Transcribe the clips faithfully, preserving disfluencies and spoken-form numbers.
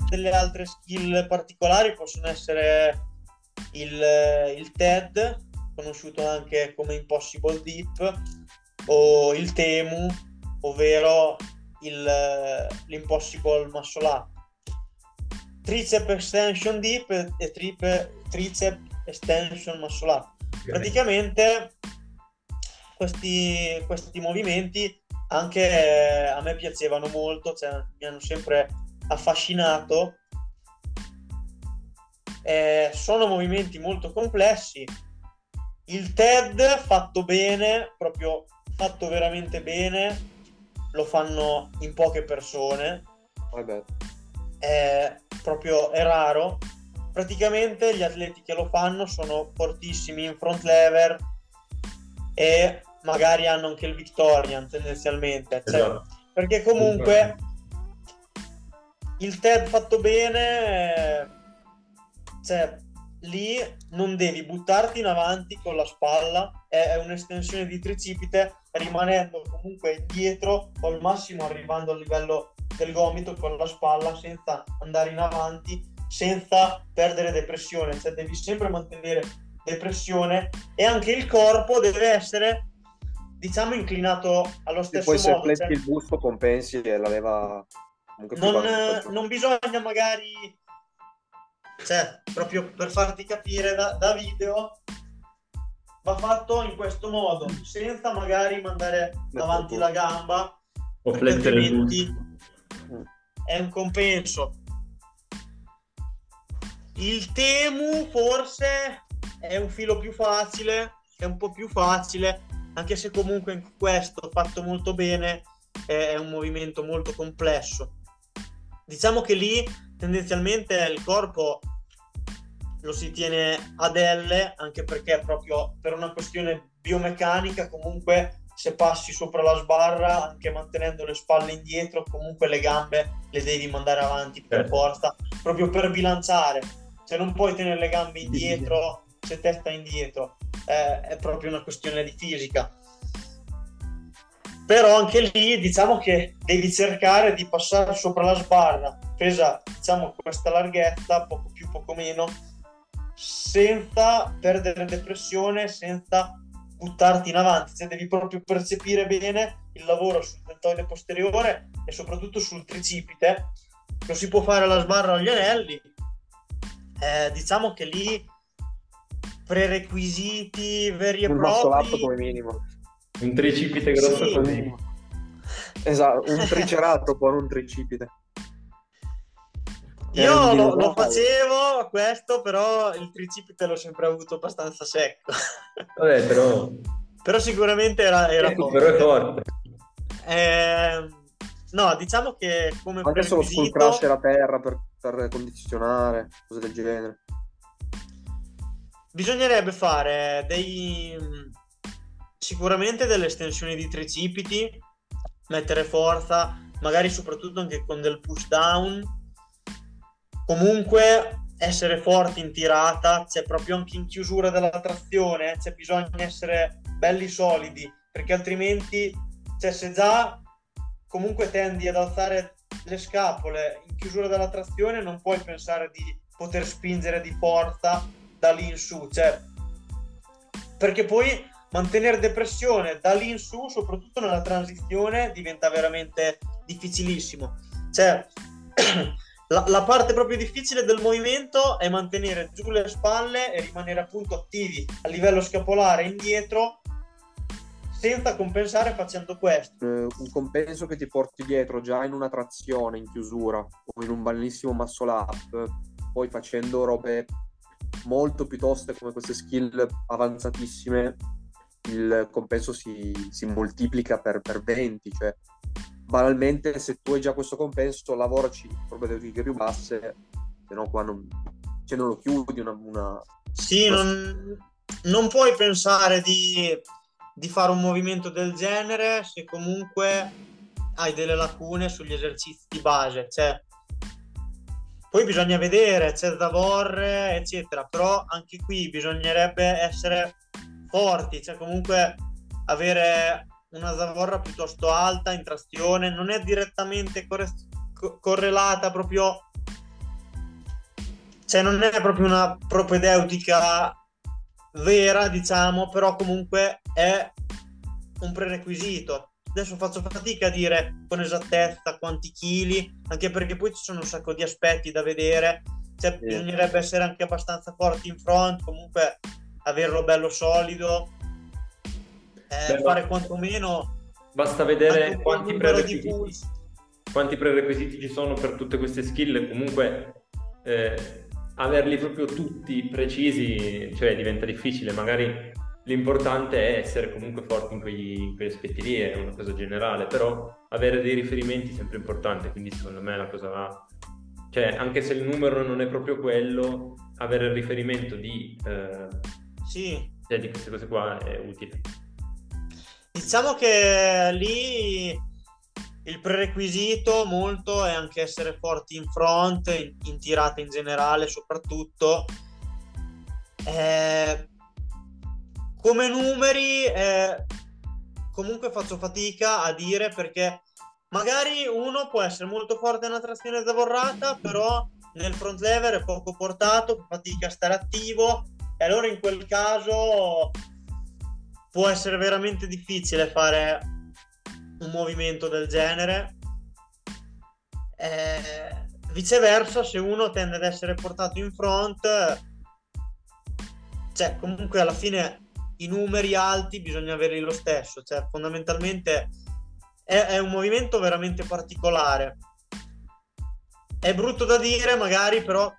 delle altre skill particolari possono essere il, il T E D, conosciuto anche come Impossible Dip, o il Temu, ovvero il, l'Impossible Muscle Up. Tricep Extension Dip e tripe, Tricep Extension Muscle Up. Praticamente questi, questi movimenti anche eh, a me piacevano molto, cioè mi hanno sempre affascinato. Eh, sono movimenti molto complessi. Il T E D fatto bene, proprio fatto veramente bene, lo fanno in poche persone. Vabbè. È proprio è raro. Praticamente gli atleti che lo fanno sono fortissimi in front lever e magari hanno anche il Victorian tendenzialmente, cioè, Esatto. perché comunque il T E D fatto bene, cioè lì non devi buttarti in avanti con la spalla, è un'estensione di tricipite rimanendo comunque indietro o al massimo arrivando al livello del gomito con la spalla senza andare in avanti, senza perdere depressione, cioè devi sempre mantenere depressione e anche il corpo deve essere, diciamo, inclinato allo E stesso poi se modo, pletti cioè, il busto compensi e la leva comunque più non, vantaggiosa. non bisogna magari, cioè proprio per farti capire da, da video, va fatto in questo modo senza magari mandare avanti la gamba O perché flettere il altrimenti Mm. è un compenso. Il Temu forse è un filo più facile, è un po' più facile, anche se comunque in questo fatto molto bene è un movimento molto complesso. Diciamo che lì tendenzialmente il corpo lo si tiene ad L, anche perché proprio per una questione biomeccanica comunque se passi sopra la sbarra anche mantenendo le spalle indietro comunque le gambe le devi mandare avanti per Certo. forza, proprio per bilanciare, cioè non puoi tenere le gambe indietro se testa indietro, eh, è proprio una questione di fisica. Però anche lì diciamo che devi cercare di passare sopra la sbarra presa, diciamo, questa larghezza, poco più poco meno, senza perdere depressione, senza buttarti in avanti, cioè devi proprio percepire bene il lavoro sul deltoide posteriore e soprattutto sul tricipite. Lo si può fare alla sbarra o agli anelli, eh, diciamo che lì prerequisiti veri e Un muscle up propri, come minimo. Un tricipite grosso Sì. così. Esatto, un triceratopo, non un tricipite. io Era un lo, lo dinosauro. facevo questo, però il tricipite l'ho sempre avuto abbastanza secco. Vabbè, però... Però sicuramente era, era Eh, però è forte. Eh, no, diciamo che come Anche solo sul prerequisito crusher a terra per, per condizionare, cose del genere. bisognerebbe fare dei sicuramente delle estensioni di tricipiti, mettere forza, magari soprattutto anche con del push down, comunque essere forti in tirata, c'è proprio anche in chiusura della trazione, c'è bisogno di essere belli solidi, perché altrimenti, cioè, se già comunque tendi ad alzare le scapole in chiusura della trazione, non puoi pensare di poter spingere di forza da lì in su, cioè, perché poi mantenere depressione da lì in su, soprattutto nella transizione, diventa veramente difficilissimo. Cioè la, la parte proprio difficile del movimento è mantenere giù le spalle e rimanere appunto attivi a livello scapolare indietro senza compensare facendo questo. Eh, un compenso che ti porti dietro già in una trazione, in chiusura o in un bellissimo muscle up, poi facendo robe molto più toste come queste skill avanzatissime, il compenso si, si moltiplica per, per venti, cioè banalmente se tu hai già questo compenso lavoraci proprio delle righe più basse, se no qua non, cioè non lo chiudi una, una... Sì, una... non, non puoi pensare di, di fare un movimento del genere se comunque hai delle lacune sugli esercizi di base, cioè poi bisogna vedere, c'è da vorre eccetera, però anche qui bisognerebbe essere forti, cioè comunque avere una zavorra piuttosto alta in trazione, non è direttamente corre- co- correlata proprio cioè non è proprio una propedeutica vera, diciamo, però comunque è un prerequisito. Adesso faccio fatica a dire con esattezza quanti chili, anche perché poi ci sono un sacco di aspetti da vedere, cioè Sì. bisognerebbe essere anche abbastanza forti in front, comunque averlo bello solido, eh, Beh, fare ma quantomeno basta anche vedere un buon quanti numero di prerequisiti, pulsi. quanti prerequisiti ci sono per tutte queste skill. Comunque eh, averli proprio tutti precisi, cioè diventa difficile. Magari l'importante è essere comunque forti in quegli, in quegli aspetti lì, è una cosa generale, però avere dei riferimenti è sempre importante, quindi secondo me la cosa, cioè anche se il numero non è proprio quello, avere il riferimento di, eh, Sì, cioè, di queste cose qua è utile. diciamo che lì il prerequisito molto è anche essere forti in front, in, in tirata in generale soprattutto. Eh, come numeri eh, comunque faccio fatica a dire, perché magari uno può essere molto forte nella trazione zavorrata, però nel front lever è poco portato, fa fatica a stare attivo, e allora in quel caso può essere veramente difficile fare un movimento del genere. Eh, viceversa, se uno tende ad essere portato in front, cioè comunque alla fine i numeri alti bisogna averli lo stesso, cioè fondamentalmente è, è un movimento veramente particolare. È brutto da dire magari, però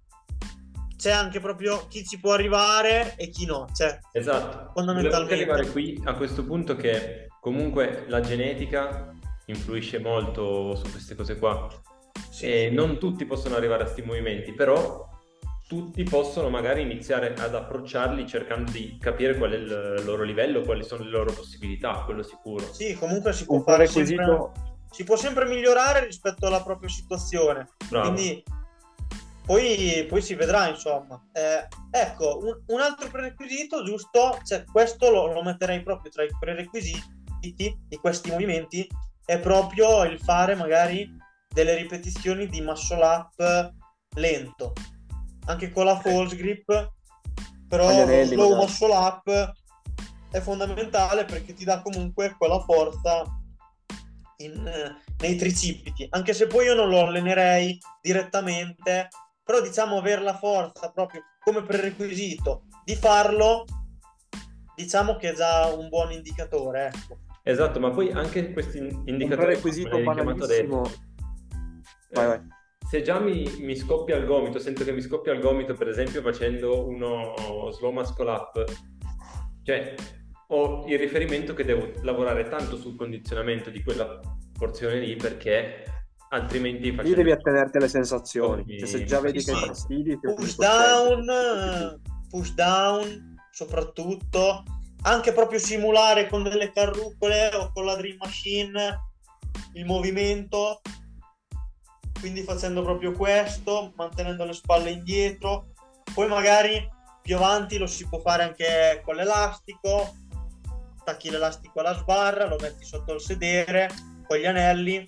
c'è anche proprio chi ci può arrivare e chi no, cioè Esatto, volevo anche fondamentalmente. arrivare qui a questo punto, che comunque la genetica influisce molto su queste cose qua. E non tutti possono arrivare a questi movimenti, però tutti possono magari iniziare ad approcciarli cercando di capire qual è il loro livello, quali sono le loro possibilità, quello sicuro. Sì, comunque si può Un fare prerequisito, sempre, si può sempre migliorare rispetto alla propria situazione. Bravo. Quindi poi, poi si vedrà, insomma. Eh, ecco, un, un altro prerequisito, giusto, cioè questo lo, lo metterei proprio tra i prerequisiti di questi movimenti, è proprio il fare magari delle ripetizioni di muscle up lento, anche con la false grip, però Agli lo anelli, slow magari. muscle up è fondamentale perché ti dà comunque quella forza in, eh, nei tricipiti, anche se poi io non lo allenerei direttamente, però diciamo avere la forza proprio come prerequisito di farlo, diciamo che è già un buon indicatore, ecco. Esatto, ma poi anche questi indicatori, un prerequisito come hai richiamato banalissimo. adesso, Vai, eh, vai. se già mi, mi scoppia il gomito, sento che mi scoppia il gomito per esempio facendo uno slow muscle up, cioè ho il riferimento che devo lavorare tanto sul condizionamento di quella porzione lì, perché altrimenti Lì facendo devi attenerti alle sensazioni. Mi- Cioè, se già vedi Sì, che sì. hai fastidi, ti Push concentri. down, push down soprattutto, anche proprio simulare con delle carrucole o con la Dream Machine il movimento, quindi facendo proprio questo, mantenendo le spalle indietro. Poi magari più avanti lo si può fare anche con l'elastico, attacchi l'elastico alla sbarra, lo metti sotto il sedere con gli anelli.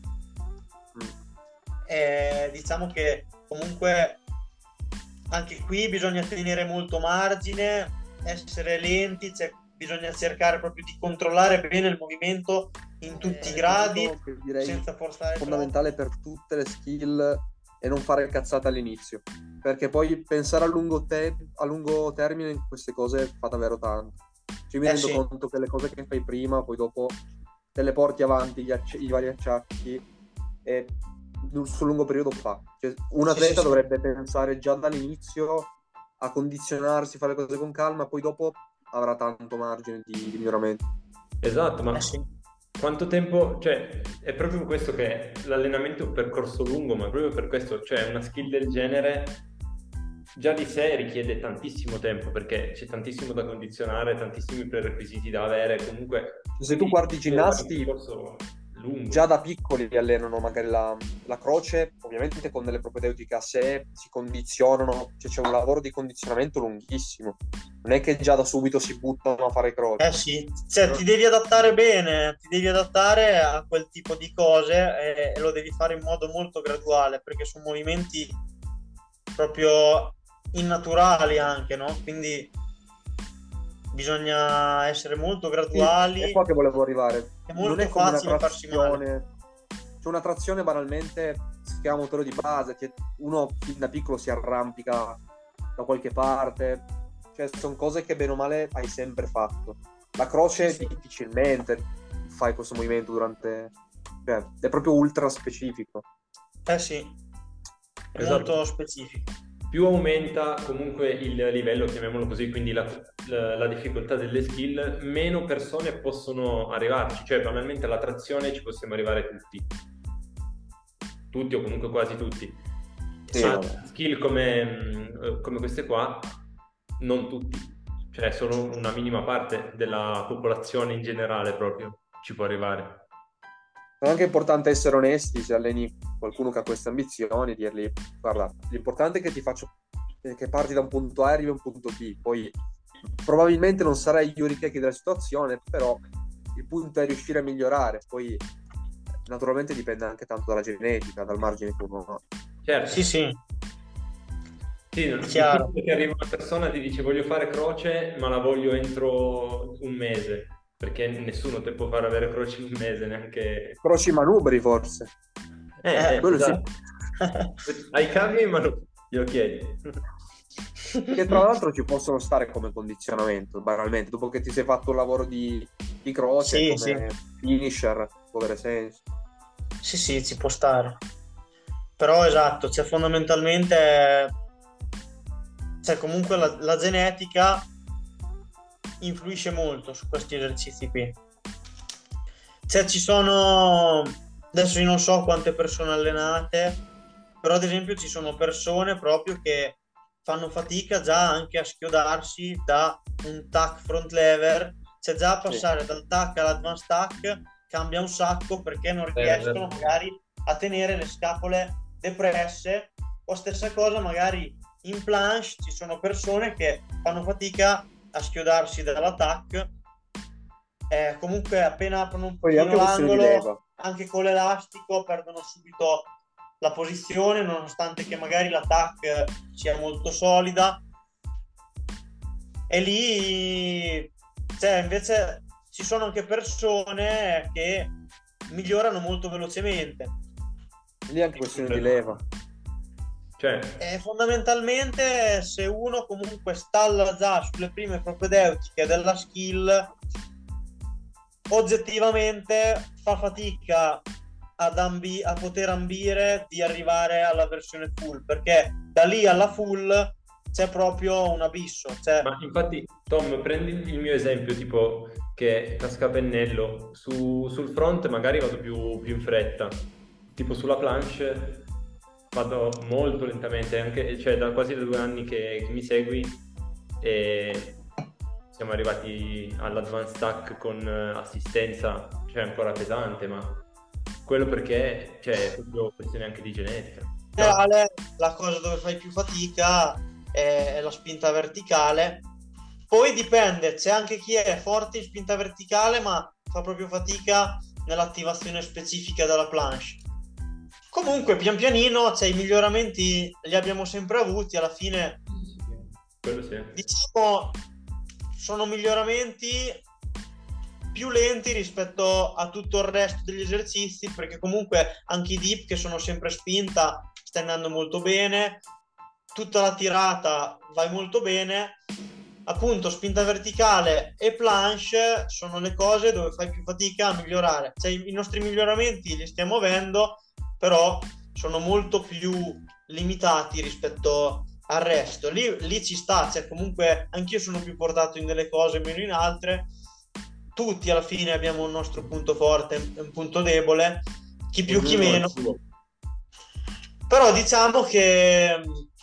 E diciamo che comunque anche qui bisogna tenere molto margine, essere lenti, cioè bisogna cercare proprio di controllare bene il movimento in tutti i gradi, Che direi senza forzare fondamentale per tutte le skill è non fare cazzate all'inizio, perché poi pensare a lungo, te- a lungo termine in queste cose fa davvero tanto. Ci mi Eh, rendo sì. conto che le cose che fai prima poi dopo te le porti avanti gli acci- i vari acciacchi e sul lungo periodo fa. Cioè, un Sì, atleta sì, sì. dovrebbe pensare già dall'inizio a condizionarsi, fare le cose con calma, poi dopo avrà tanto margine di, di miglioramento. Esatto, ma Eh sì. quanto tempo, cioè è proprio questo che l'allenamento è un percorso lungo, ma proprio per questo, cioè una skill del genere già di sé richiede tantissimo tempo, perché c'è tantissimo da condizionare, tantissimi prerequisiti da avere, comunque Se tu guardi i ginnasti, è un percorso lungo. già da piccoli allenano magari la, la croce, ovviamente con delle propedeutiche a sé, si condizionano, cioè c'è un lavoro di condizionamento lunghissimo, non è che già da subito si buttano a fare croce. Eh sì, cioè ti devi adattare bene, ti devi adattare a quel tipo di cose e, e lo devi fare in modo molto graduale, perché sono movimenti proprio innaturali anche, no? Quindi bisogna essere molto graduali. Sì, è qua che volevo arrivare. È molto non è come una facile farsi male. trazione. C'è una trazione banalmente, si chiama motore di base, che uno fin da piccolo si arrampica da qualche parte. Cioè, sono cose che bene o male hai sempre fatto. La croce Sì, sì. difficilmente fai questo movimento durante... Cioè, è proprio ultra specifico. Eh sì, è Esatto. molto specifico. Più aumenta comunque il livello, chiamiamolo così, quindi la, la, la difficoltà delle skill, meno persone possono arrivarci. Cioè, banalmente alla trazione ci possiamo arrivare tutti. Tutti o comunque quasi tutti. Sì, Ma vabbè. skill come, come queste qua, non tutti. Cioè, solo una minima parte della popolazione in generale proprio ci può arrivare. È anche importante essere onesti, se alleni qualcuno che ha queste ambizioni, dirgli guarda, l'importante è che ti faccio che parti da un punto A e arrivi a un punto B, poi probabilmente non sarai Yurikeki della situazione, però il punto è riuscire a migliorare, poi naturalmente dipende anche tanto dalla genetica, dal margine che uno ha. Certo. Sì, sì. Sì, non Chiaro. che arriva una persona e ti dice voglio fare croce, ma la voglio entro un mese, perché nessuno te può far avere croce in un mese, neanche... Croci manubri forse. Eh, eh, quello sì. esatto. Hai cavi ma non glielo chiedi. Che tra l'altro ci possono stare come condizionamento, banalmente, dopo che ti sei fatto un lavoro di, di croce, Sì, come finisher, può avere senso. Sì, sì, ci può stare. Però esatto, cioè fondamentalmente, cioè comunque la, la genetica influisce molto su questi esercizi qui. Cioè ci sono, adesso io non so quante persone allenate, però ad esempio ci sono persone proprio che fanno fatica già anche a schiodarsi da un tack front lever, cioè già a passare dal tack all'advanced tack cambia un sacco perché non riescono magari a tenere le scapole depresse, o stessa cosa magari in planche ci sono persone che fanno fatica a schiodarsi dall'attack, eh, comunque appena aprono un Poi pochino anche questione di l'angolo, leva. anche con l'elastico perdono subito la posizione, nonostante che magari l'attack sia molto solida, e lì cioè invece ci sono anche persone che migliorano molto velocemente. Lì è anche questione di leva. Cioè, E fondamentalmente se uno comunque stalla già sulle prime propedeutiche della skill, oggettivamente fa fatica ad ambi- a poter ambire di arrivare alla versione full, perché da lì alla full c'è proprio un abisso. Cioè... Ma infatti, Tom, prendi il mio esempio, tipo che cascapennello, su, sul front magari vado più, più in fretta, tipo sulla planche vado molto lentamente, anche, cioè da quasi da due anni che, che mi segui e siamo arrivati all'advanced tack con assistenza, cioè ancora pesante, ma quello perché cioè, è proprio questione anche di genetica. In generale, la cosa dove fai più fatica è la spinta verticale. Poi dipende, c'è anche chi è forte in spinta verticale ma fa proprio fatica nell'attivazione specifica della planche. Comunque pian pianino, cioè, i miglioramenti li abbiamo sempre avuti, alla fine quello sì. Diciamo sono miglioramenti più lenti rispetto a tutto il resto degli esercizi, perché comunque anche i dip che sono sempre spinta sta andando molto bene, tutta la tirata vai molto bene, appunto spinta verticale e planche sono le cose dove fai più fatica a migliorare. Cioè i nostri miglioramenti li stiamo avendo, però sono molto più limitati rispetto al resto. Lì, lì ci sta, cioè comunque anch'io sono più portato in delle cose, meno in altre. Tutti alla fine abbiamo un nostro punto forte e un punto debole, chi più chi meno. Però diciamo che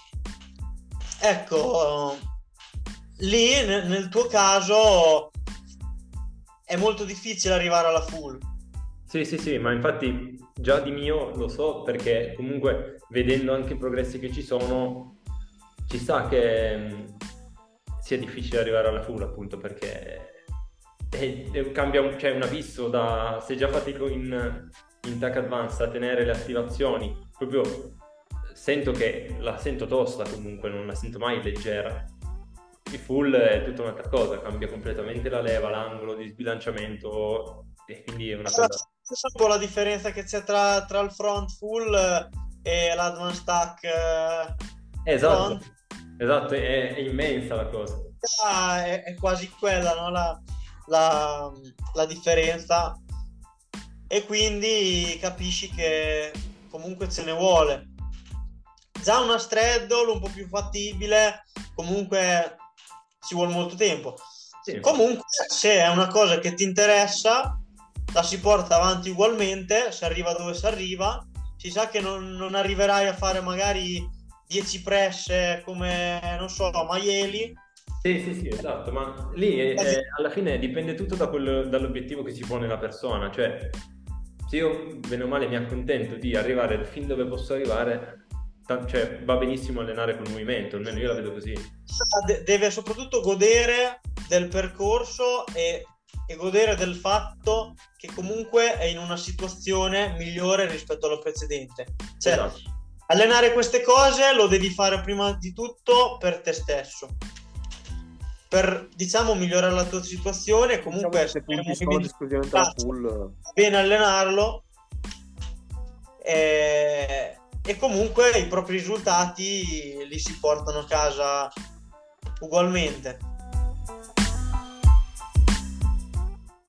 ecco, lì nel, nel tuo caso è molto difficile arrivare alla full. Sì, sì, sì, ma infatti già di mio lo so, perché comunque vedendo anche i progressi che ci sono, ci sa che mh, sia difficile arrivare alla full, appunto, perché è, è, cambia un, c'è un abisso da, se già fatico in, in tack advanced a tenere le attivazioni, proprio sento che la sento tosta comunque, non la sento mai leggera. Il full è tutta un'altra cosa, cambia completamente la leva, l'angolo di sbilanciamento, e quindi è una cosa... Questa è un po' la differenza che c'è tra, tra il front full e l'advanced stack eh, Esatto, front. esatto, è, è immensa la cosa. Ah, è, è quasi quella, no? la, la, la differenza, e quindi capisci che comunque ce ne vuole. Già una straddle un po' più fattibile, comunque ci vuole molto tempo. Sì. Comunque, se è una cosa che ti interessa, la si porta avanti ugualmente, si arriva dove si arriva, si sa che non, non arriverai a fare magari dieci presse come, non so, Maieli. Sì, sì, sì, esatto, ma lì è- è- alla fine dipende tutto da quello- dall'obiettivo che si pone la persona, cioè se io bene o male mi accontento di arrivare fin dove posso arrivare, ta- cioè va benissimo allenare col movimento, almeno io la vedo così. De- deve soprattutto godere del percorso e, e godere del fatto che comunque è in una situazione migliore rispetto alla precedente. Cioè, Esatto. allenare queste cose lo devi fare prima di tutto per te stesso, per, diciamo, migliorare la tua situazione. Comunque Diciamo che se punti solo ed esclusivamente al full, bene allenarlo, e, e comunque i propri risultati li si portano a casa ugualmente.